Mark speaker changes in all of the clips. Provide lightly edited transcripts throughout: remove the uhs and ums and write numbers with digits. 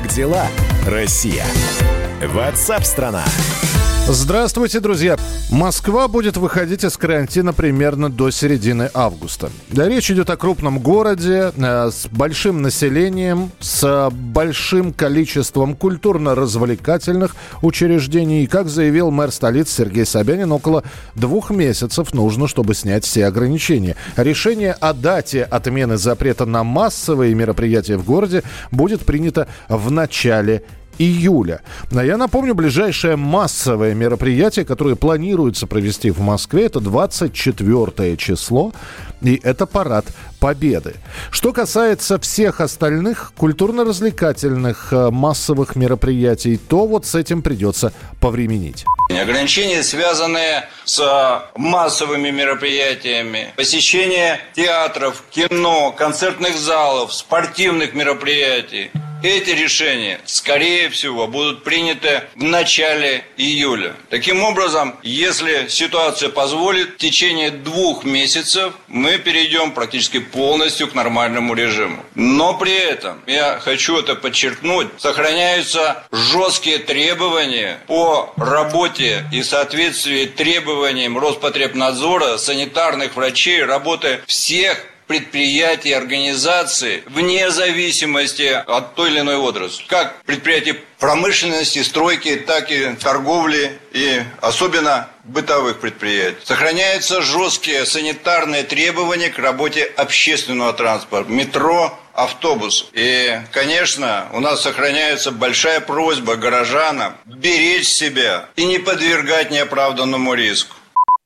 Speaker 1: Как дела, Россия? WhatsApp-страна.
Speaker 2: Здравствуйте, друзья! Москва будет выходить из карантина примерно до середины августа. Речь идет о крупном городе с большим населением, с большим количеством культурно-развлекательных учреждений. И, как заявил мэр столицы Сергей Собянин, около 2 месяцев нужно, чтобы снять все ограничения. Решение о дате отмены запрета на массовые мероприятия в городе будет принято в начале июля. Я напомню, ближайшее массовое мероприятие, которое планируется провести в Москве, это 24 число, и это парад Победы. Что касается всех остальных культурно-развлекательных массовых мероприятий, то вот с этим придется повременить.
Speaker 3: Ограничения, связанные с массовыми мероприятиями, посещение театров, кино, концертных залов, спортивных мероприятий. Эти решения, скорее всего, будут приняты в начале июля. Таким образом, если ситуация позволит, в течение 2 месяцев мы перейдем практически полностью к нормальному режиму. Но при этом, я хочу это подчеркнуть, сохраняются жесткие требования по работе и соответствии требованиям Роспотребнадзора, санитарных врачей, работы всех предприятий, организаций, вне зависимости от той или иной отрасли. Как предприятий промышленности, стройки, так и торговли и особенно бытовых предприятий. Сохраняются жесткие санитарные требования к работе общественного транспорта, метро, автобус. И, конечно, у нас сохраняется большая просьба горожанам беречь себя и не подвергать неоправданному риску.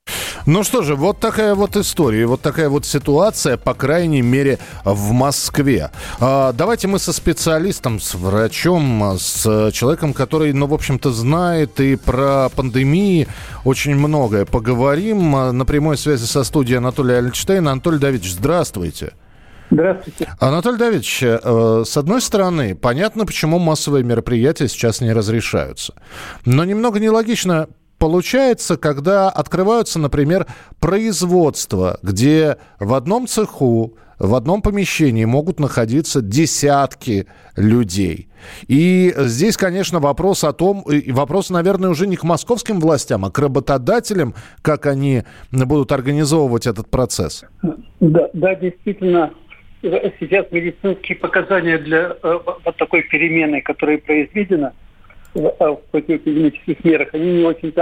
Speaker 2: Ну что же, вот такая вот история, вот такая вот ситуация, по крайней мере, в Москве. Давайте мы со специалистом, с врачом, с человеком, который, в общем-то, знает и про пандемии очень многое поговорим. На прямой связи со студией Анатолий Альтштейн. Анатолий Давидович, здравствуйте.
Speaker 4: Здравствуйте.
Speaker 2: Анатолий Давидович, с одной стороны, понятно, почему массовые мероприятия сейчас не разрешаются. Но немного нелогично получается, когда открываются, например, производства, где в одном цеху, в одном помещении могут находиться десятки людей. И здесь, конечно, вопрос о том, вопрос, наверное, уже не к московским властям, а к работодателям, как они будут организовывать этот процесс.
Speaker 4: Да, действительно, сейчас медицинские показания для вот такой перемены, которая произведена в противоэпидемических мерах, они не очень-то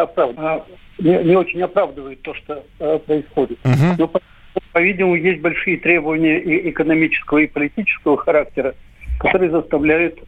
Speaker 4: не очень оправдывают то, что происходит. Но, по-видимому, есть большие требования и экономического, и политического характера, которые заставляют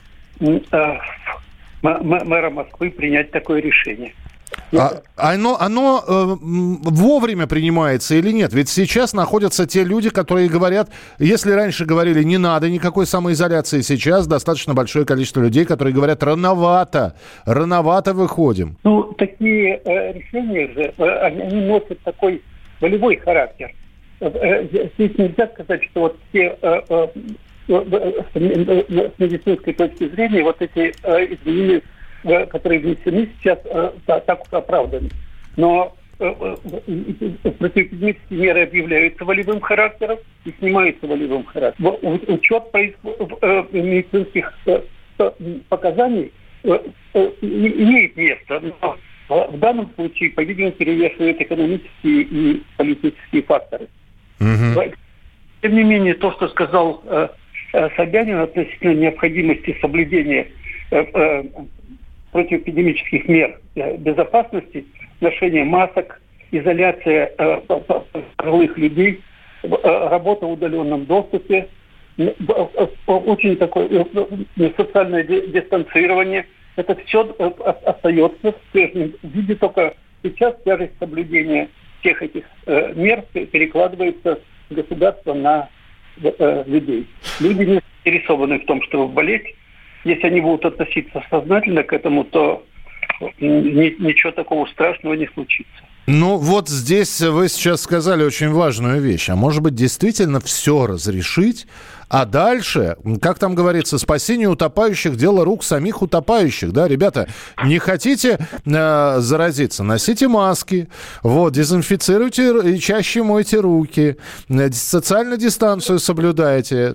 Speaker 4: мэра Москвы принять такое решение.
Speaker 2: Оно вовремя принимается или нет? Ведь сейчас находятся те люди, которые говорят, если раньше говорили, не надо никакой самоизоляции, сейчас достаточно большое количество людей, которые говорят, рановато выходим.
Speaker 4: Такие решения же, они носят такой волевой характер. Здесь нельзя сказать, что вот все с медицинской точки зрения вот эти изменения, которые внесены сейчас, так оправданы. Но противоэпидемические меры объявляются волевым характером и снимаются волевым характером. Учет медицинских показаний имеет место, но в данном случае, по-видимому, перевешивают экономические и политические факторы. Тем не менее, то, что сказал Собянин относительно необходимости соблюдения противоэпидемических мер безопасности, ношение масок, изоляция пожилых людей, работа в удаленном доступе, очень такое социальное дистанцирование, это все остается в прежнем виде, только сейчас тяжесть соблюдения всех этих мер перекладывается с государства на людей. Люди не заинтересованы в том, чтобы болеть. Если они будут относиться сознательно к этому, то ничего такого страшного не случится.
Speaker 2: Вот здесь вы сейчас сказали очень важную вещь. А может быть, действительно все разрешить, А дальше, как там говорится, спасение утопающих – дело рук самих утопающих. Да, ребята, не хотите заразиться? Носите маски, вот, дезинфицируйте и чаще мойте руки, социальную дистанцию соблюдайте.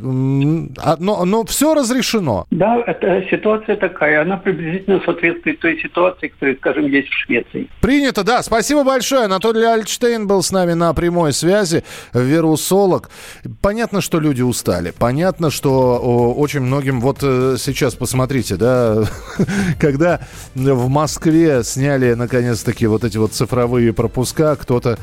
Speaker 2: Но все разрешено.
Speaker 4: Да, это ситуация такая. Она приблизительно соответствует той ситуации, которая, скажем, есть в Швеции.
Speaker 2: Принято, да. Спасибо большое. Анатолий Альтштейн был с нами на прямой связи, вирусолог. Понятно, что люди устали. Понятно, что очень многим... Вот сейчас посмотрите, да, когда в Москве сняли, наконец-таки, вот эти вот цифровые пропуска, кто-то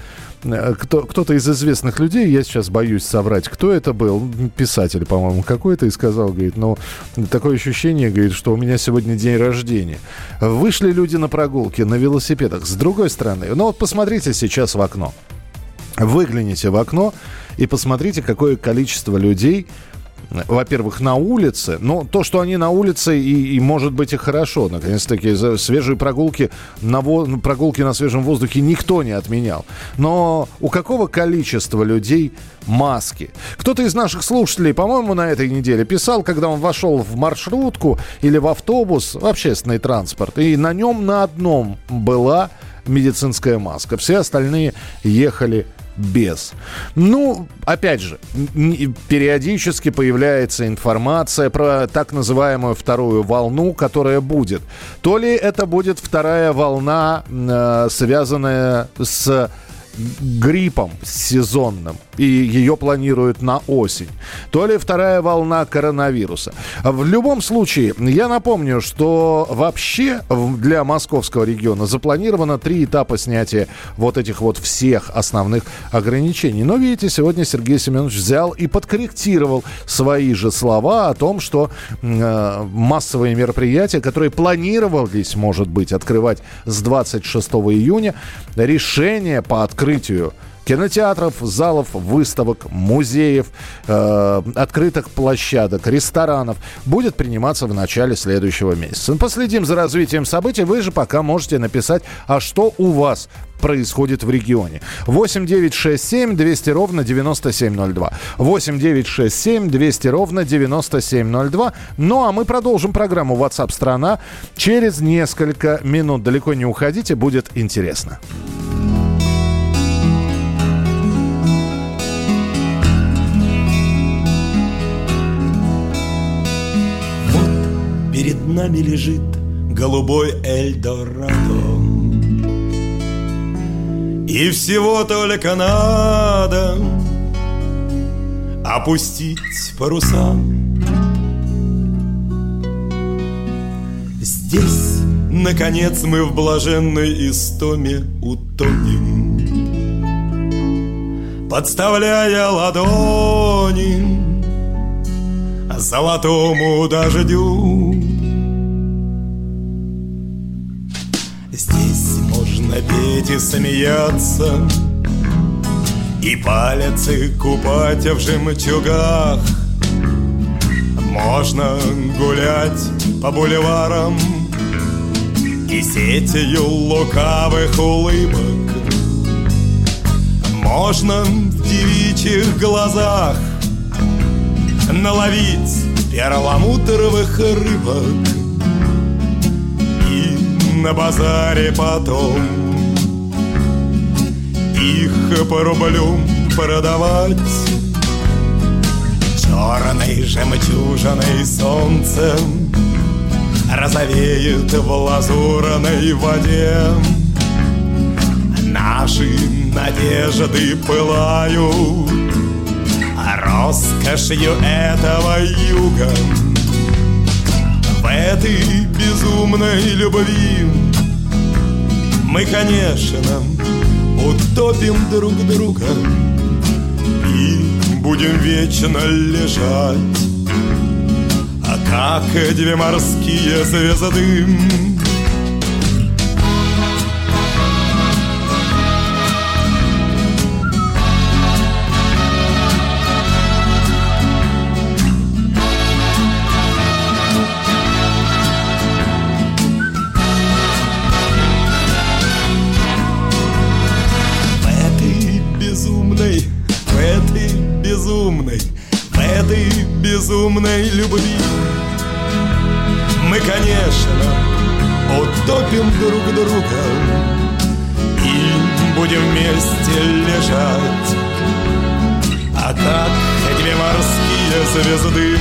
Speaker 2: из известных людей, я сейчас боюсь соврать, кто это был, писатель, по-моему, какой-то, и сказал, говорит, такое ощущение, говорит, что у меня сегодня день рождения. Вышли люди на прогулки, на велосипедах. С другой стороны, вот посмотрите сейчас в окно. Выгляните в окно и посмотрите, какое количество людей, во-первых, на улице. Но то, что они на улице, и может быть и хорошо. Наконец-таки свежие прогулки на свежем воздухе никто не отменял. Но у какого количества людей маски? Кто-то из наших слушателей, по-моему, на этой неделе писал, когда он вошел в маршрутку или в автобус, в общественный транспорт, и на нем на одном была медицинская маска. Все остальные ехали без. Опять же, периодически появляется информация про так называемую вторую волну, которая будет. То ли это будет вторая волна, связанная с гриппом сезонным, и ее планируют на осень, то ли вторая волна коронавируса. В любом случае, я напомню, что вообще для московского региона запланировано 3 этапа снятия вот этих вот всех основных ограничений. Но, видите, сегодня Сергей Семенович взял и подкорректировал свои же слова о том, что массовые мероприятия, которые планировались, может быть, открывать с 26 июня, решение по открытию кинотеатров, залов, выставок, музеев, открытых площадок, ресторанов будет приниматься в начале следующего месяца. Последим за развитием событий. Вы же пока можете написать, а что у вас происходит в регионе. 8 9 6 7 200 ровно 9702. 8 9 6 7 200 ровно 9702. Ну, а мы продолжим программу WhatsApp страна через несколько минут. Далеко не уходите, будет интересно.
Speaker 5: Перед нами лежит голубой Эльдорадо, и всего только надо опустить паруса. Здесь, наконец, мы в блаженной истоме утонем, подставляя ладони золотому дождю. Здесь можно петь и смеяться, и пальцы купать в жемчугах. Можно гулять по бульварам и сетью лукавых улыбок. Можно в девичьих глазах наловить перламутровых рыбок и на базаре потом их по рублю продавать. Черной жемчужиной солнцем розовеет в лазурной воде. Наши надежды пылают роскошью этого юга. В этой безумной любви мы, конечно, утопим друг друга и будем вечно лежать, как 2 морские звезды. В этой безумной любви мы, конечно, утопим друг друга и будем вместе лежать. А как две морские звезды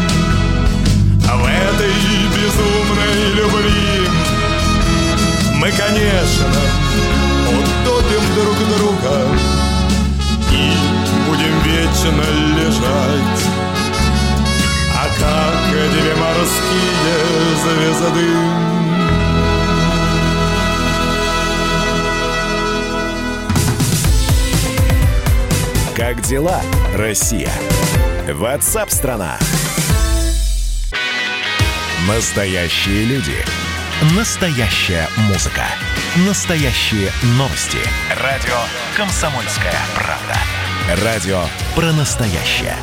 Speaker 5: в этой безумной любви мы, конечно, утопим друг друга и будем вечно лежать. А как две морские звезды.
Speaker 1: Как дела, Россия? WhatsApp-страна. Настоящие люди. Настоящая музыка. Настоящие новости. Радио «Комсомольская правда». Радио про настоящее.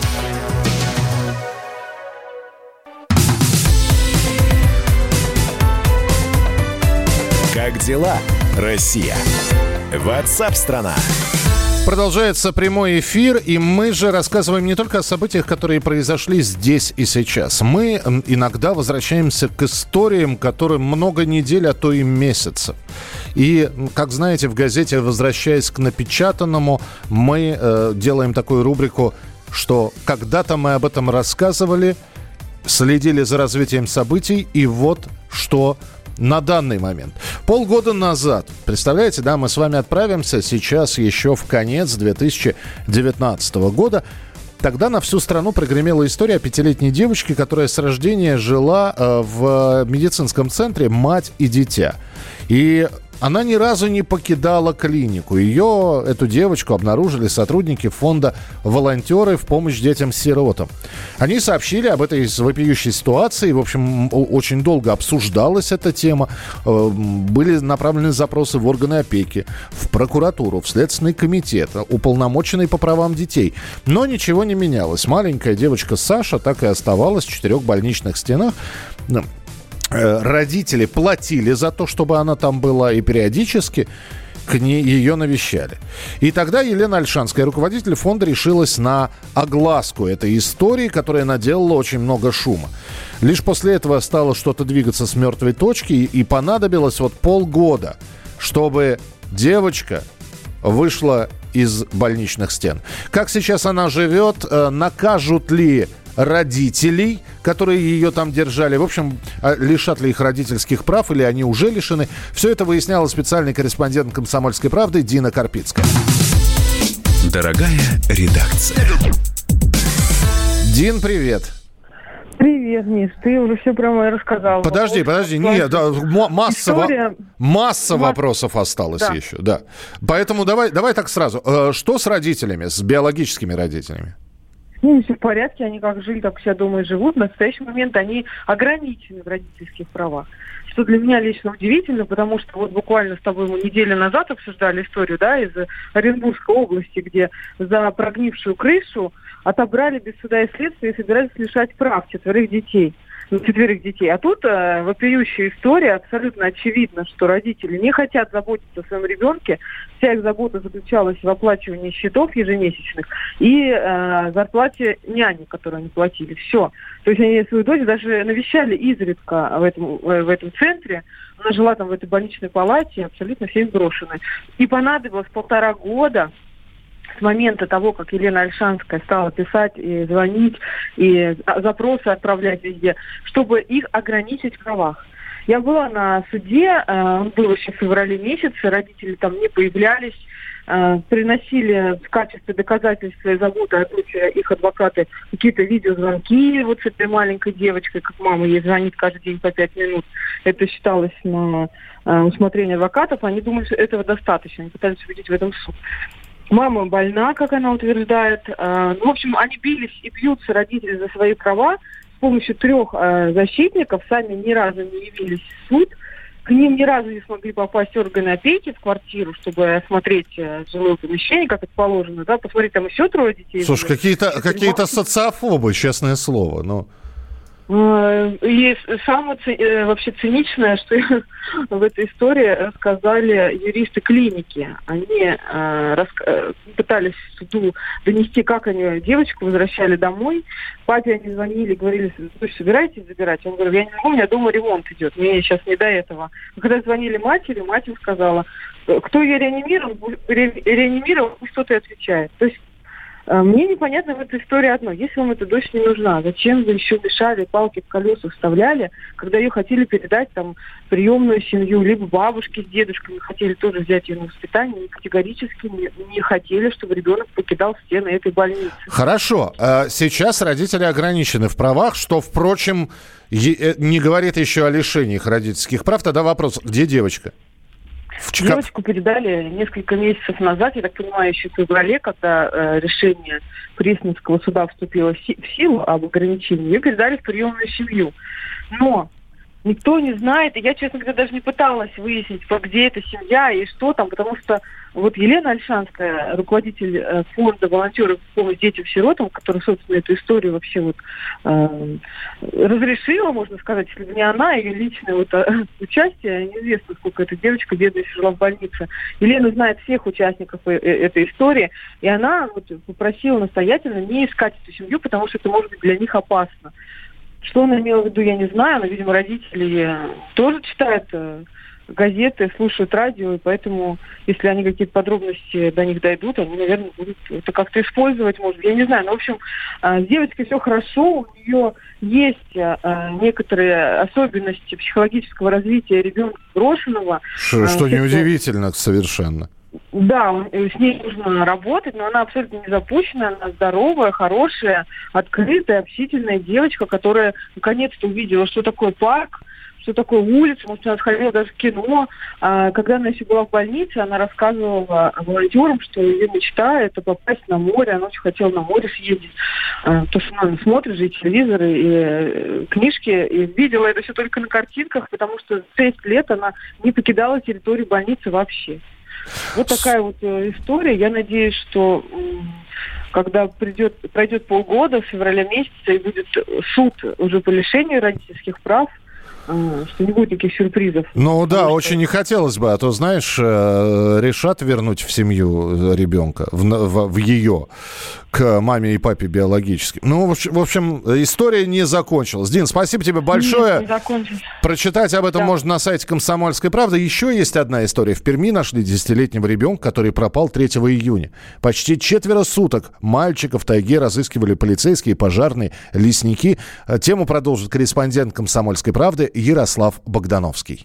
Speaker 1: Как дела, Россия? WhatsApp-страна.
Speaker 2: Продолжается прямой эфир, и мы же рассказываем не только о событиях, которые произошли здесь и сейчас. Мы иногда возвращаемся к историям, которым много недель, а то и месяцев. И, как знаете, в газете, возвращаясь к напечатанному, мы делаем такую рубрику, что когда-то мы об этом рассказывали, следили за развитием событий, и вот что на данный момент. Полгода назад, представляете, да, мы с вами отправимся сейчас еще в конец 2019 года. Тогда на всю страну прогремела история о 5-летней девочке, которая с рождения жила в медицинском центре «Мать и дитя». И она ни разу не покидала клинику. Эту девочку, обнаружили сотрудники фонда «Волонтеры в помощь детям-сиротам». Они сообщили об этой вопиющей ситуации. В общем, очень долго обсуждалась эта тема. Были направлены запросы в органы опеки, в прокуратуру, в Следственный комитет, уполномоченный по правам детей. Но ничего не менялось. Маленькая девочка Саша так и оставалась в 4 больничных стенах. Родители платили за то, чтобы она там была, и периодически к ней ее навещали. И тогда Елена Ольшанская, руководитель фонда, решилась на огласку этой истории, которая наделала очень много шума. Лишь после этого стало что-то двигаться с мертвой точки, и понадобилось полгода, чтобы девочка вышла из больничных стен. Как сейчас она живет, накажут ли родителей, которые ее там держали. В общем, лишат ли их родительских прав, или они уже лишены. Все это выясняла специальный корреспондент «Комсомольской правды» Дина Карпицкая.
Speaker 1: Дорогая редакция.
Speaker 2: Дин, привет.
Speaker 6: Привет, Миш, ты уже все про мое рассказал.
Speaker 2: Подожди, нет, да, масса вопросов осталось еще, да. Поэтому давай так сразу. Что с родителями, с биологическими родителями?
Speaker 6: Все в порядке, они как жили, так себя дома и живут. В настоящий момент они ограничены в родительских правах. Что для меня лично удивительно, потому что буквально с тобой мы неделю назад обсуждали историю, из Оренбургской области, где за прогнившую крышу отобрали без суда и следствия и собирались лишать прав 4 детей. А тут вопиющая история. Абсолютно очевидно, что родители не хотят заботиться о своем ребенке. Вся их забота заключалась в оплачивании счетов ежемесячных и зарплате няни, которую они платили. Все. То есть они свою дочь даже навещали изредка в этом центре. Она жила там в этой больничной палате, абсолютно всем брошенной. И понадобилось 1,5 года с момента того, как Елена Ольшанская стала писать и звонить, и запросы отправлять везде, чтобы их ограничить в правах. Я была на суде, он был еще в феврале месяце, родители там не появлялись, приносили в качестве доказательства и заботы о дочери их адвокаты какие-то видеозвонки с этой маленькой девочкой, как мама ей звонит каждый день по 5 минут. Это считалось на усмотрение адвокатов, они думали, что этого достаточно, они пытались убедить в этом суд. Мама больна, как она утверждает. В общем, они бились и бьются, родители, за свои права с помощью 3 защитников. Сами ни разу не явились в суд. К ним ни разу не смогли попасть органы опеки в квартиру, чтобы осмотреть жилое помещение, как это положено. Посмотреть, там еще 3 детей.
Speaker 2: Слушай, какие-то социофобы, честное слово.
Speaker 6: И самое вообще циничное, что в этой истории рассказали юристы клиники. Они пытались суду донести, как они девочку возвращали домой. Папе они звонили, говорили: слушай, собирайтесь забирать. Он говорит: я не могу, у меня дома ремонт идет, мне сейчас не до этого. Но когда звонили матери, мать им сказала: кто ее реанимировал, пусть кто-то и отвечает. То есть мне непонятно в этой истории одно. Если вам эта дочь не нужна, зачем вы еще мешали, палки в колеса вставляли, когда ее хотели передать там в приемную семью, либо бабушки с дедушками хотели тоже взять ее на воспитание, и категорически не хотели, чтобы ребенок покидал стены этой больницы.
Speaker 2: Хорошо. Сейчас родители ограничены в правах, что, впрочем, не говорит еще о лишении их родительских прав. Тогда вопрос: где девочка?
Speaker 6: Девочку передали несколько месяцев назад, я так понимаю, еще в феврале, когда решение Пресненского суда вступило в силу об ограничении, ее передали в приемную семью. Но никто не знает, и я, честно говоря, даже не пыталась выяснить, где эта семья и что там, потому что вот Елена Ольшанская, руководитель фонда волонтеров «Помощь детям-сиротам», которая, собственно, эту историю вообще разрешила, можно сказать, если бы не она, ее личное участие, неизвестно, сколько эта девочка бедная жила в больнице. Елена знает всех участников этой истории, и она попросила настоятельно не искать эту семью, потому что это может быть для них опасно. Что она имела в виду, я не знаю, но, видимо, родители тоже читают газеты, слушают радио, и поэтому, если они какие-то подробности до них дойдут, они, наверное, будут это как-то использовать, может, я не знаю. Но, в общем, с девочкой все хорошо, у нее есть некоторые особенности психологического развития ребенка брошенного.
Speaker 2: Что неудивительно совершенно.
Speaker 6: Да, с ней нужно работать, но она абсолютно не запущена, она здоровая, хорошая, открытая, общительная девочка, которая наконец-то увидела, что такое парк, что такое улица, может, она сходила даже в кино. Когда она еще была в больнице, она рассказывала волонтерам, что ее мечта – это попасть на море, она очень хотела на море съездить. То, что она смотрит же и телевизоры, и книжки, и видела это все только на картинках, потому что 6 лет она не покидала территорию больницы вообще. Вот такая история. Я надеюсь, что когда пройдет полгода, в феврале месяце, и будет суд уже по лишению родительских прав, что не будет никаких сюрпризов.
Speaker 2: Ну да, очень не хотелось бы, а то, знаешь, решат вернуть в семью ребенка, в ее, к маме и папе биологически. Ну, в общем, история не закончилась. Дин, спасибо тебе большое.
Speaker 6: Не закончилась.
Speaker 2: Прочитать об этом можно на сайте «Комсомольской правды». Еще есть одна история. В Перми нашли 10-летнего ребенка, который пропал 3 июня. Почти 4 суток мальчика в тайге разыскивали полицейские, пожарные, лесники. Тему продолжит корреспондент «Комсомольской правды» Ярослав Богдановский.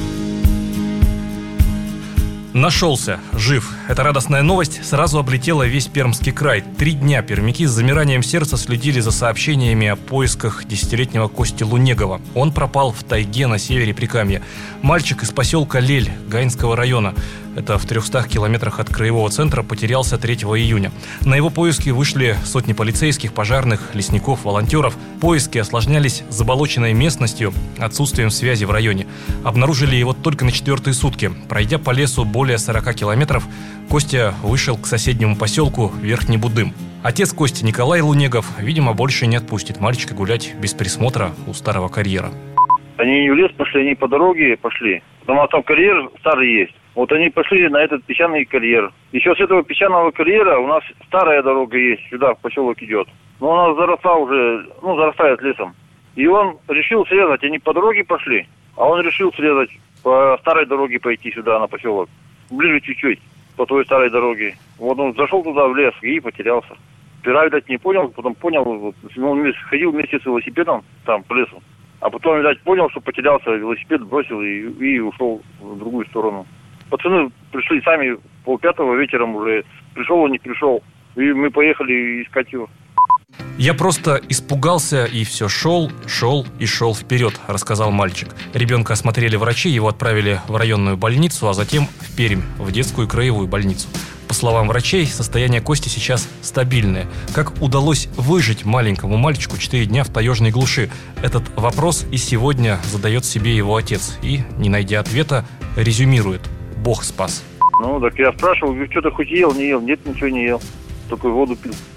Speaker 7: Нашелся, жив. Эта радостная новость сразу облетела весь Пермский край. 3 дня пермяки с замиранием сердца следили за сообщениями о поисках 10-летнего Кости Лунегова. Он пропал в тайге на севере Прикамья. Мальчик из поселка Лель Гаинского района, это в 300 километрах от краевого центра, потерялся 3 июня. На его поиски вышли сотни полицейских, пожарных, лесников, волонтеров. Поиски осложнялись заболоченной местностью, отсутствием связи в районе. Обнаружили его только на 4-е сутки. Пройдя по лесу более 40 километров, Костя вышел к соседнему поселку Верхний Будым. Отец Кости, Николай Лунегов, видимо, больше не отпустит мальчика гулять без присмотра у старого карьера.
Speaker 8: Они не в лес пошли, они по дороге пошли. Потому что там карьер старый есть. Вот они пошли на этот песчаный карьер. Еще с этого песчаного карьера у нас старая дорога есть, сюда в поселок идет. Но она зарастает лесом. И он решил срезать, они по дороге пошли, а он решил срезать, по старой дороге пойти сюда на поселок. Ближе чуть-чуть, по той старой дороге. Вот он зашел туда в лес и потерялся. Вчера, видать, не понял, потом понял, он ходил вместе с велосипедом там по лесу. А потом, видать, понял, что потерялся, велосипед бросил и ушел в другую сторону. Пацаны пришли сами 4:30 вечером уже. Пришел он, не пришел. И мы поехали искать его.
Speaker 7: «Я просто испугался и все шел вперед», — рассказал мальчик. Ребенка осмотрели врачи, его отправили в районную больницу, а затем в Пермь, в детскую краевую больницу. По словам врачей, состояние Кости сейчас стабильное. Как удалось выжить маленькому мальчику 4 дня в таежной глуши? Этот вопрос и сегодня задает себе его отец. И, не найдя ответа, резюмирует: «Бог спас».
Speaker 8: Ну, так я спрашивал, что ты хоть ел, не ел? Нет, ничего не ел. Только воду пил.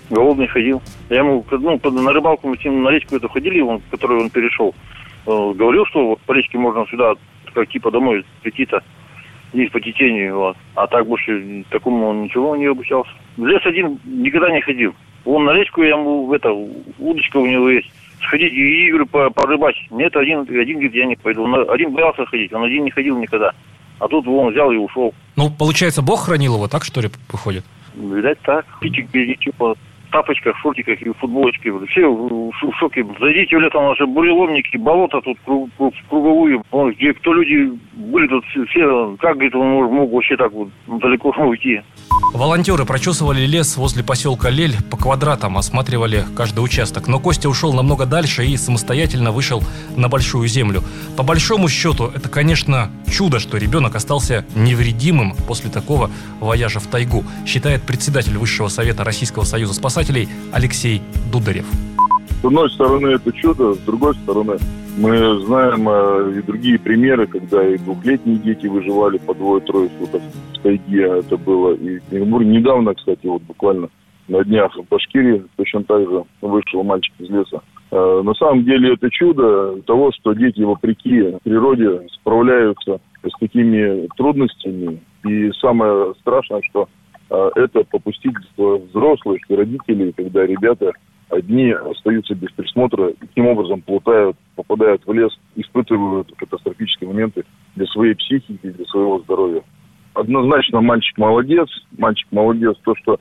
Speaker 8: Голодный ходил. Я ему, на рыбалку мы с ним на речку эту ходили, которую он перешел. Говорил, что вот по речке можно сюда, как типа домой прийти-то, здесь по течению. Вот. А так больше такому он ничего не обучался. В лес один никогда не ходил. Вон на речку я ему, удочка у него есть. Сходить и говорю, порыбачить. Нет, один говорит, я не пойду. Он один боялся ходить, он один не ходил никогда. А тут он взял и ушел.
Speaker 7: Ну, получается, Бог хранил его, так что ли, выходит?
Speaker 8: Видать так. Птичек без ничего. В тапочках, шортиках и футболочке. Все в шоке. Зайдите в лес, там уже буреломники, болото тут круговую. Где кто люди были тут все, как, говорит, он мог вообще так вот далеко уйти.
Speaker 7: Волонтеры прочесывали лес возле поселка Лель по квадратам, осматривали каждый участок. Но Костя ушел намного дальше и самостоятельно вышел на большую землю. По большому счету, это, конечно, чудо, что ребенок остался невредимым после такого вояжа в тайгу, считает председатель Высшего совета Российского союза спасателей Алексей Дударев.
Speaker 9: С одной стороны, это чудо, с другой стороны, мы знаем и другие примеры, когда и двухлетние дети выживали по 2-3 суток в тайге. Это было и недавно, кстати, вот буквально на днях в Башкирии точно так же вышел мальчик из леса. На самом деле это чудо того, что дети, вопреки природе, справляются с такими трудностями. И самое страшное, что это попустительство взрослых и родителей, когда ребята одни остаются без присмотра, таким образом плутают, попадают в лес, испытывают катастрофические моменты для своей психики, для своего здоровья. Однозначно мальчик молодец, то, что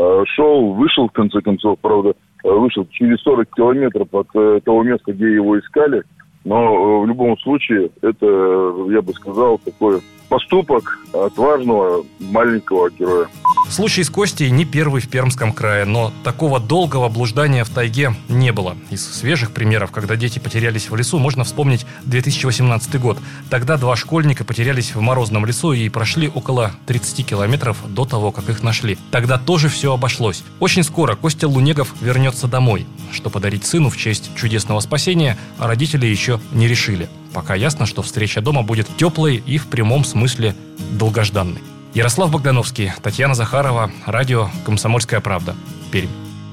Speaker 9: шел, вышел в конце концов, правда, вышел через 40 километров от того места, где его искали, но в любом случае это, я бы сказал, такой поступок отважного маленького героя.
Speaker 7: Случай с Костей не первый в Пермском крае, но такого долгого блуждания в тайге не было. Из свежих примеров, когда дети потерялись в лесу, можно вспомнить 2018 год. Тогда 2 школьника потерялись в морозном лесу и прошли около 30 километров до того, как их нашли. Тогда тоже все обошлось. Очень скоро Костя Лунегов вернется домой. Что подарить сыну в честь чудесного спасения, родители еще не решили. Пока ясно, что встреча дома будет теплой и в прямом смысле долгожданной. Ярослав Богдановский, Татьяна Захарова, радио «Комсомольская правда», Пермь.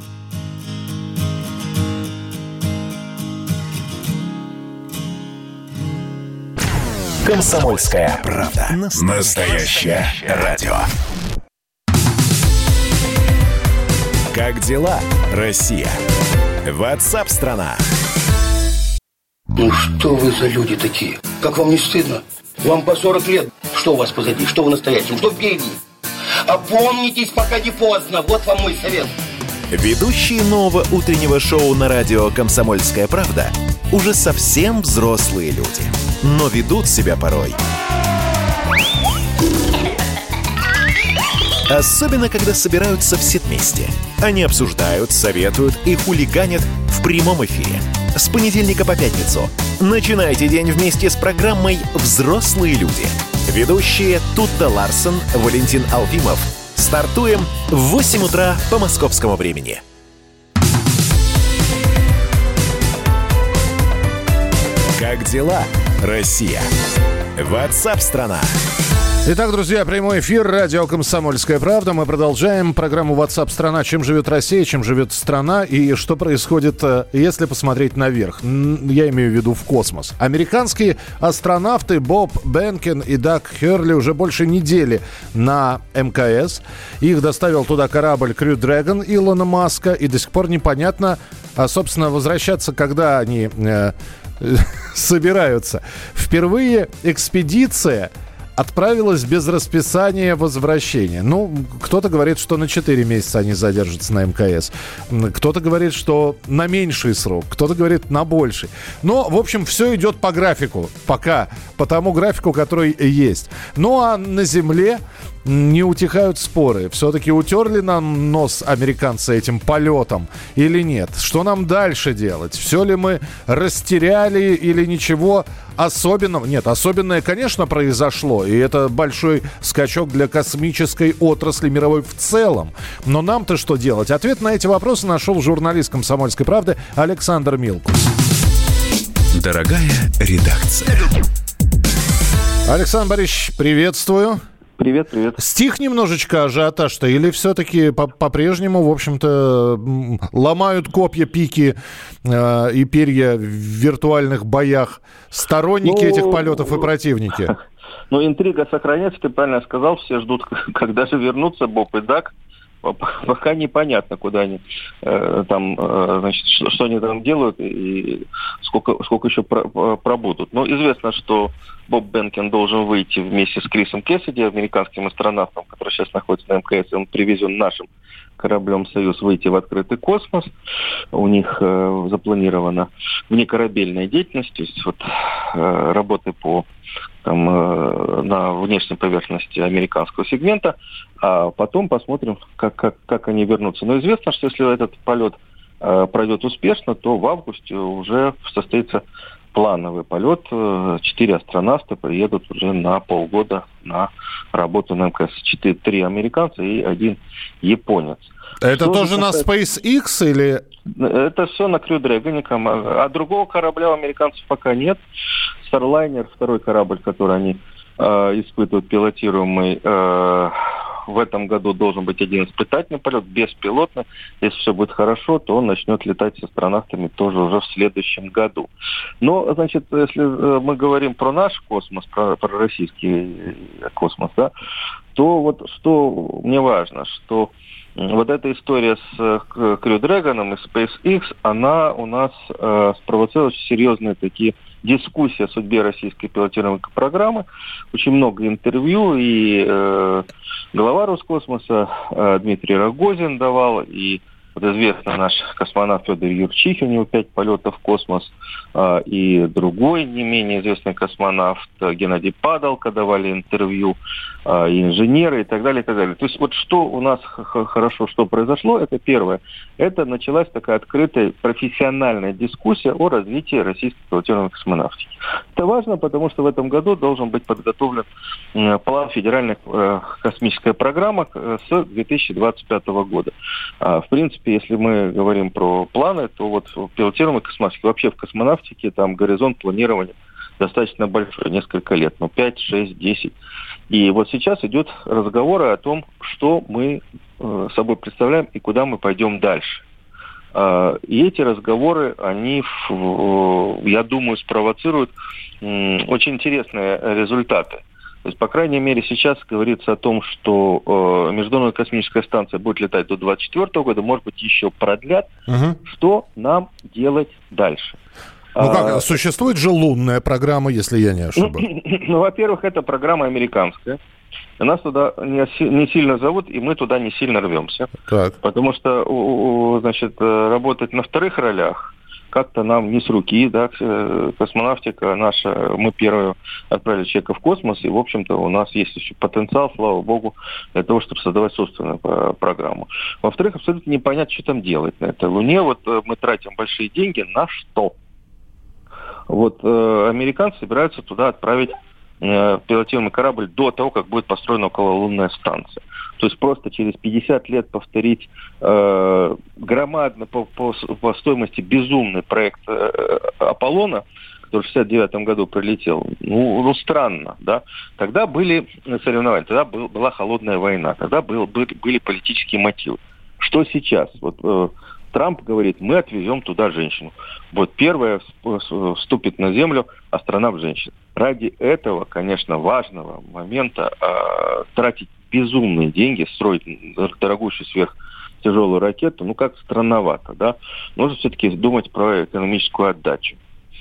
Speaker 1: «Комсомольская правда». Настоящее радио. Как дела, Россия? WhatsApp-страна.
Speaker 10: Ну что вы за люди такие? Как вам не стыдно? Вам по 40 лет. Что у вас позади? Что вы настоящем? Что впереди? Опомнитесь, пока не поздно. Вот вам мой совет.
Speaker 1: Ведущие нового утреннего шоу на радио «Комсомольская правда» уже совсем взрослые люди, но ведут себя порой. Особенно, когда собираются все вместе. Они обсуждают, советуют и хулиганят в прямом эфире. С понедельника по пятницу. Начинайте день вместе с программой «Взрослые люди». Ведущие Тутта Ларсон, Валентин Алфимов. Стартуем в 8 утра по московскому времени. Как дела, Россия? WhatsApp-страна.
Speaker 2: Итак, друзья, прямой эфир, радио «Комсомольская правда». Мы продолжаем программу WhatsApp страна. Чем живет Россия, чем живет страна и что происходит, если посмотреть наверх. Я имею в виду в космос. Американские астронавты Боб Бенкен и Даг Херли уже больше недели на МКС. Их доставил туда корабль Crew Dragon Илона Маска. И до сих пор непонятно, собственно, возвращаться, когда они собираются. Впервые экспедиция отправилась без расписания возвращения. Ну, кто-то говорит, что на 4 месяца они задержатся на МКС. Кто-то говорит, что на меньший срок. Кто-то говорит, на больший. Но, в общем, все идет по графику. Пока. По тому графику, который есть. Ну, а на Земле не утихают споры. Все-таки утерли нам нос американцы этим полетом или нет? Что нам дальше делать? Все ли мы растеряли или ничего особенного? Нет, особенное, конечно, произошло. И это большой скачок для космической отрасли мировой в целом. Но нам-то что делать? Ответ на эти вопросы нашел журналист «Комсомольской правды» Александр Милкус.
Speaker 1: Дорогая редакция.
Speaker 2: Александр Борисович, приветствую.
Speaker 11: Привет.
Speaker 2: Стих немножечко ажиотаж-то, или все-таки по-прежнему, в общем-то, ломают копья, пики и перья в виртуальных боях сторонники этих полетов и противники?
Speaker 11: Ну, интрига сохраняется, ты правильно сказал, все ждут, когда же вернутся Боб и Даг. Пока непонятно, куда они значит, что они там делают и сколько еще пробудут. Но известно, что Боб Бенкен должен выйти вместе с Крисом Кэссиди, американским астронавтом, который сейчас находится на МКС, он привезен нашим кораблем «Союз» выйти в открытый космос. У них запланирована внекорабельная деятельность, то есть работы по на внешней поверхности американского сегмента, а потом посмотрим, как они вернутся. Но известно, что если этот полет пройдет успешно, то в августе уже состоится плановый полет. 4 астронавта приедут уже на полгода на работу на МКС. 3 американца и 1 японец.
Speaker 2: Это что тоже на SpaceX или...
Speaker 11: Это все на Crew Dragon, а другого корабля у американцев пока нет. Starliner, второй корабль, который они испытывают, пилотируемый, в этом году должен быть один испытательный полет, беспилотный. Если все будет хорошо, то он начнет летать с астронавтами тоже уже в следующем году. Но, значит, если мы говорим про наш космос, про российский космос, да, то вот что мне важно, что вот эта история с Crew Dragon и SpaceX, она у нас спровоцировала серьезные такие дискуссии о судьбе российской пилотируемой программы. Очень много интервью, и глава Роскосмоса Дмитрий Рогозин давал, и вот известный наш космонавт Федор Юрчихин, у него 5 полетов в космос, и другой не менее известный космонавт Геннадий Падалко давали интервью, и инженеры, и так далее, и так далее. То есть вот что у нас хорошо, что произошло, это первое. Это началась такая открытая профессиональная дискуссия о развитии российской пилотируемой космонавтики. Это важно, потому что в этом году должен быть подготовлен план федеральной космической программы с 2025 года. В принципе, если мы говорим про планы, то вот в пилотируемой космонавтике, вообще в космонавтике, там горизонт планирования достаточно большой, несколько лет, 5, 6, 10. И вот сейчас идет разговор о том, что мы собой представляем и куда мы пойдем дальше. И эти разговоры, они, я думаю, спровоцируют очень интересные результаты. То есть, по крайней мере, сейчас говорится о том, что Международная космическая станция будет летать до 2024 года, может быть, еще продлят. Что нам делать дальше?
Speaker 2: Ну как, существует же лунная программа, если я не ошибаюсь.
Speaker 11: Ну, во-первых, это программа американская. Нас туда не сильно зовут, и мы туда не сильно рвемся.
Speaker 2: Так.
Speaker 11: Потому что, значит, работать на вторых ролях как-то нам не с руки, да, космонавтика наша, мы первые отправили человека в космос, и, в общем-то, у нас есть еще потенциал, слава богу, для того, чтобы создавать собственную программу. Во-вторых, абсолютно непонятно, что там делать на этой Луне. Вот мы тратим большие деньги на что? Вот американцы собираются туда отправить пилотируемый корабль до того, как будет построена окололунная станция. То есть просто через 50 лет повторить громадно по стоимости безумный проект Аполлона, который в 1969 году прилетел, ну странно, да. Тогда были соревнования, тогда была холодная война, тогда были политические мотивы. Что сейчас? Вот Трамп говорит, мы отвезем туда женщину. Вот первая вступит на Землю астронавт-женщина. Ради этого, конечно, важного момента тратить безумные деньги, строить дорогущую сверхтяжелую ракету, ну как странновато, да? Нужно все-таки думать про экономическую отдачу.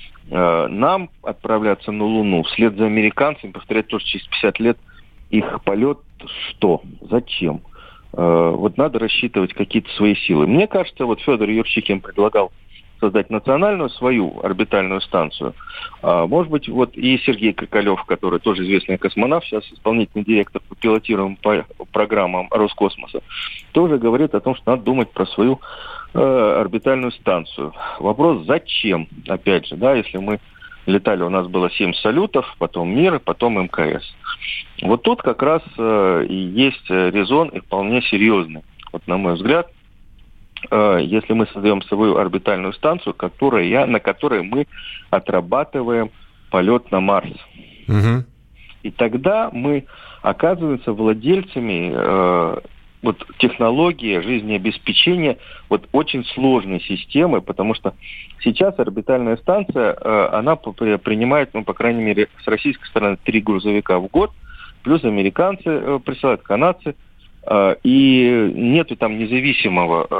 Speaker 11: Нам отправляться на Луну вслед за американцами, повторять тоже через 50 лет их полет, что? Зачем? Вот надо рассчитывать какие-то свои силы. Мне кажется, вот Федор Юрчихин предлагал создать национальную свою орбитальную станцию. Может быть, вот и Сергей Коколев, который тоже известный космонавт, сейчас исполнительный директор по пилотируемым программам Роскосмоса, тоже говорит о том, что надо думать про свою орбитальную станцию. Вопрос, зачем? Опять же, да, если мы летали, у нас было 7 салютов, потом МИР, потом МКС. Вот тут как раз и есть резон, и вполне серьезный. Вот на мой взгляд, если мы создаем свою орбитальную станцию, на которой мы отрабатываем полет на Марс. И тогда мы оказываемся владельцами технологии жизнеобеспечения очень сложной системы, потому что сейчас орбитальная станция, она принимает, по крайней мере, с российской стороны 3 грузовика в год, плюс американцы присылают, канадцы, и нету там независимого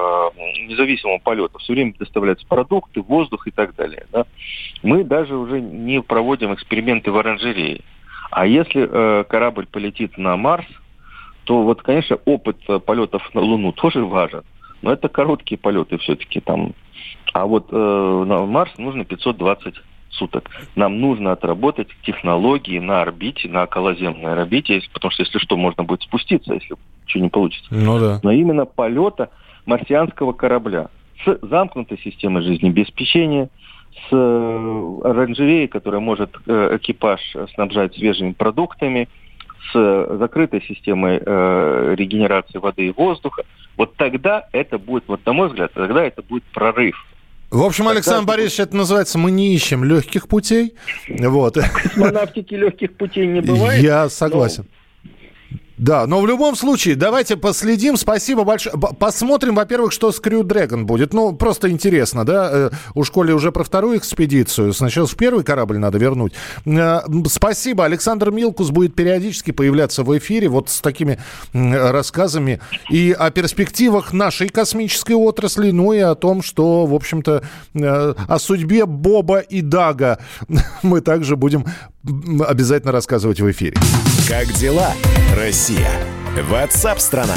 Speaker 11: полета. Все время доставляются продукты, воздух и так далее. Да? Мы даже уже не проводим эксперименты в оранжерее. А если корабль полетит на Марс, то конечно, опыт полетов на Луну тоже важен. Но это короткие полеты все-таки там. А на Марс нужно 520 суток. Нам нужно отработать технологии на орбите, на околоземной орбите, потому что, если что, можно будет спуститься, если ничего не получится.
Speaker 2: Ну да.
Speaker 11: Но именно полета марсианского корабля с замкнутой системой жизнеобеспечения, с оранжереей, которая может экипаж снабжать свежими продуктами, с закрытой системой регенерации воды и воздуха, тогда это будет, на мой взгляд, тогда это будет прорыв.
Speaker 2: В общем, Александр Борисович, это называется «Мы не ищем легких путей».
Speaker 11: Космонавтики легких путей не бывает.
Speaker 2: Я согласен. Да, но в любом случае, давайте последим. Спасибо большое. Посмотрим, во-первых, что с Crew Dragon будет. Просто интересно, да? У Коли уже про вторую экспедицию. Сначала в первый корабль надо вернуть. Спасибо. Александр Милкус будет периодически появляться в эфире с такими рассказами и о перспективах нашей космической отрасли, и о том, что, в общем-то, о судьбе Боба и Дага мы также будем обязательно рассказывать в эфире.
Speaker 1: Как дела, Россия? WhatsApp-страна.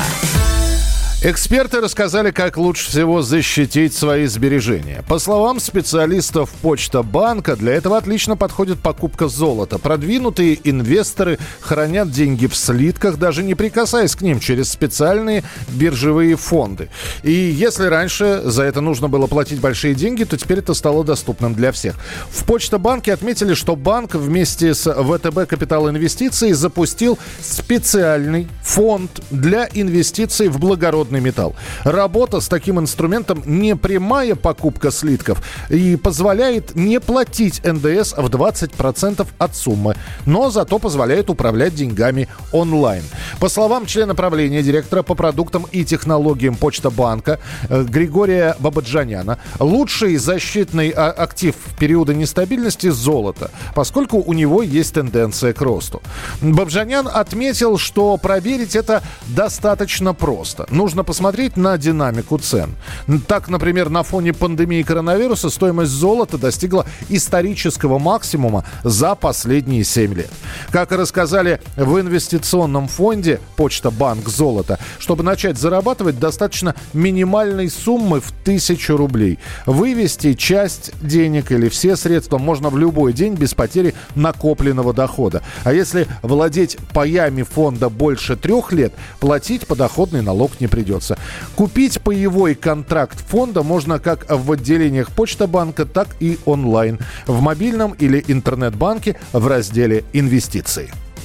Speaker 2: Эксперты рассказали, как лучше всего защитить свои сбережения. По словам специалистов Почта-банка, для этого отлично подходит покупка золота. Продвинутые инвесторы хранят деньги в слитках, даже не прикасаясь к ним, через специальные биржевые фонды. И если раньше за это нужно было платить большие деньги, то теперь это стало доступным для всех. В Почта-банке отметили, что банк вместе с ВТБ Капитал Инвестиции запустил специальный фонд для инвестиций в благородный металл. Работа с таким инструментом не прямая покупка слитков и позволяет не платить НДС в 20% от суммы, но зато позволяет управлять деньгами онлайн. По словам члена правления, директора по продуктам и технологиям Почта-банка Григория Бабаджаняна, лучший защитный актив в периоды нестабильности – золото, поскольку у него есть тенденция к росту. Бабаджанян отметил, что проверить это достаточно просто. Нужно посмотреть на динамику цен. Так, например, на фоне пандемии коронавируса стоимость золота достигла исторического максимума за последние 7 лет. Как и рассказали в инвестиционном фонде Почта-банк золото, чтобы начать зарабатывать, достаточно минимальной суммы в 1000 рублей. Вывести часть денег или все средства можно в любой день без потери накопленного дохода. А если владеть паями фонда больше 3 лет, платить подоходный налог не придется. Купить паевой контракт фонда можно как в отделениях Почта-банка, так и онлайн, в мобильном или интернет-банке в разделе «Инвестиции».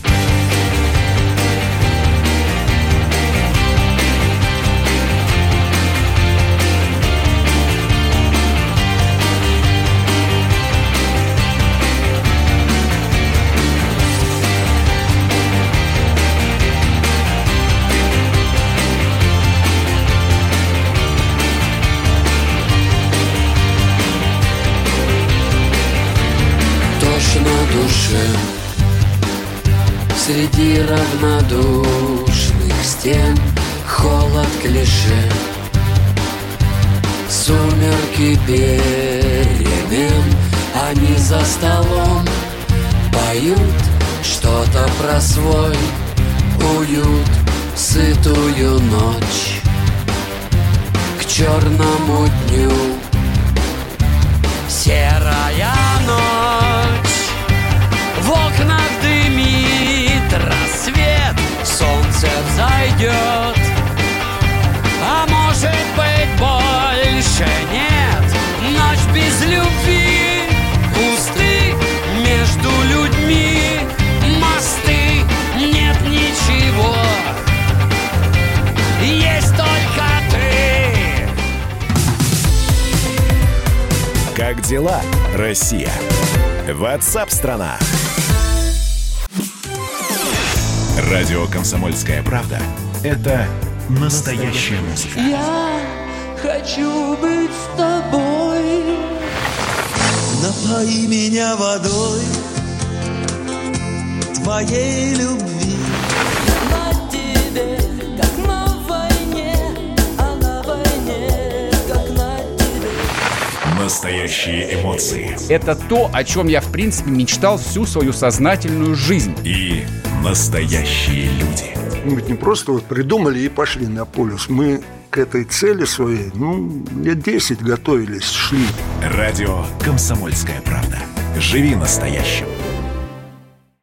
Speaker 12: Среди равнодушных стен холод клише, сумерки перемен, они за столом поют что-то про свой уют, сытую ночь к черному дню. Серая ночь, в окнах дымит рассвет, солнце взойдет, а может быть больше нет. Ночь без любви, пусты между людьми мосты, нет ничего, есть только ты.
Speaker 1: Как дела, Россия? WhatsApp-страна. Радио «Комсомольская правда» — это настоящая музыка.
Speaker 12: Я хочу быть с тобой.
Speaker 13: Напои меня водой твоей любви.
Speaker 12: На тебе, как на войне, а на войне, как на тебе.
Speaker 1: Настоящие эмоции.
Speaker 14: Это то, о чем я, в принципе, мечтал всю свою сознательную жизнь.
Speaker 1: И настоящие люди.
Speaker 15: Мы ведь не просто вот придумали и пошли на полюс. Мы к этой цели своей, лет 10 готовились, шли.
Speaker 1: Радио «Комсомольская правда». Живи настоящим.